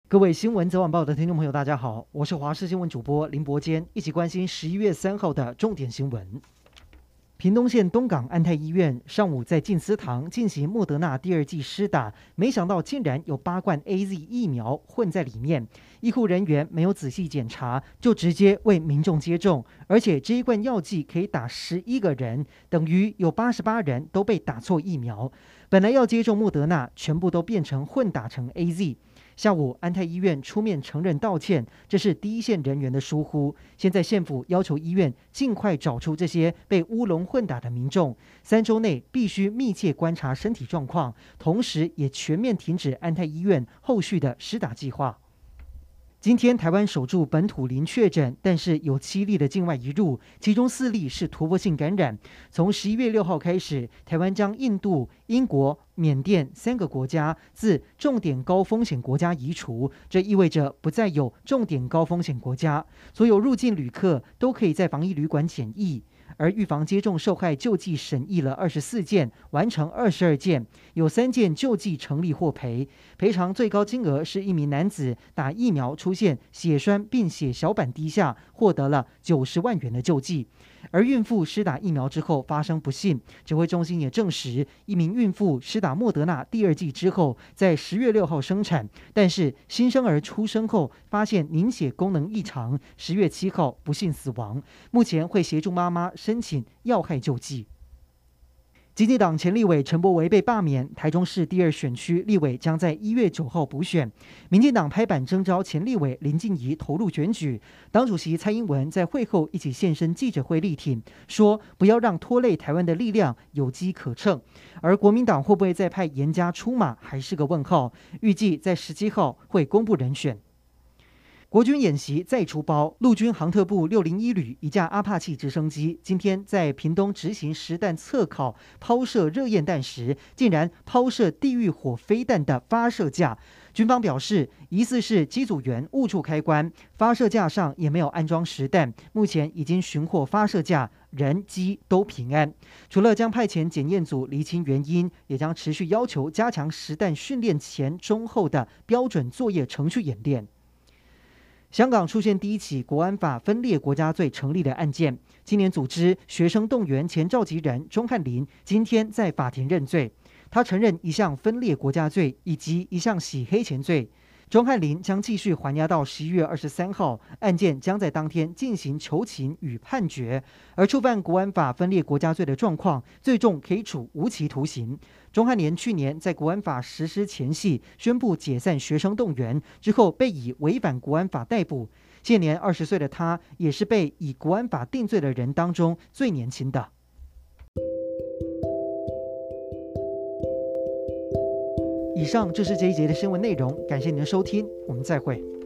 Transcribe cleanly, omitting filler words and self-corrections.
各位新闻早晚报的听众朋友，大家好，我是华视新闻主播林伯坚，一起关心11月3号的重点新闻。屏东县东港安泰医院上午在静思堂进行莫德纳第二剂施打，没想到竟然有8罐 AZ 疫苗混在里面，医护人员没有仔细检查，就直接为民众接种，而且这一罐药剂可以打11个人，等于有88人都被打错疫苗。本来要接种莫德纳，全部都变成混打成 AZ。下午，安泰医院出面承认道歉，这是第一线人员的疏忽。现在县府要求医院尽快找出这些被乌龙混打的民众，3周内必须密切观察身体状况，同时也全面停止安泰医院后续的施打计划。今天台湾首注本土零确诊，但是有7例的境外移入，其中4例是突破性感染。从11月6号开始，台湾将印度、英国、缅甸3个国家自重点高风险国家移除，这意味着不再有重点高风险国家，所有入境旅客都可以在防疫旅馆检疫。而预防接种受害救济审议了24件，完成22件，有3件救济成立获赔，赔偿最高金额是一名男子打疫苗出现血栓并血小板低下，获得了90万元的救济。而孕妇施打疫苗之后发生不幸，指挥中心也证实，一名孕妇施打莫德纳第二剂之后，在10月6号生产，但是新生儿出生后发现凝血功能异常，10月7号不幸死亡。目前会协助妈妈申请要害救济。基进党前立委陈柏惟被罢免，台中市第2选区立委将在1月9号补选。民进党拍板征召前立委林静怡投入选举，党主席蔡英文在会后一起现身记者会力挺，说不要让拖累台湾的力量有机可乘。而国民党会不会再派严家出马，还是个问号。预计在17号会公布人选。国军演习再出包，陆军航特部601旅一架阿帕奇直升机今天在屏东执行实弹测考抛射热焰弹时，竟然抛射地狱火飞弹的发射架。军方表示，疑似是机组员误触开关，发射架上也没有安装实弹，目前已经寻获发射架，人机都平安。除了将派遣检验组厘清原因，也将持续要求加强实弹训练前、中、后的标准作业程序演练。香港出现第一起国安法分裂国家罪成立的案件，今年组织学生动员前召集人钟汉林今天在法庭认罪，他承认一项分裂国家罪以及一项洗黑钱罪。钟汉林将继续还押到11月23号，案件将在当天进行求情与判决。而触犯国安法分裂国家罪的状况，最重可以处无期徒刑。钟汉林去年在国安法实施前夕宣布解散学生动员，之后被以违反国安法逮捕。现年20岁的他，也是被以国安法定罪的人当中最年轻的。以上就是这一节的新闻内容，感谢您的收听，我们再会。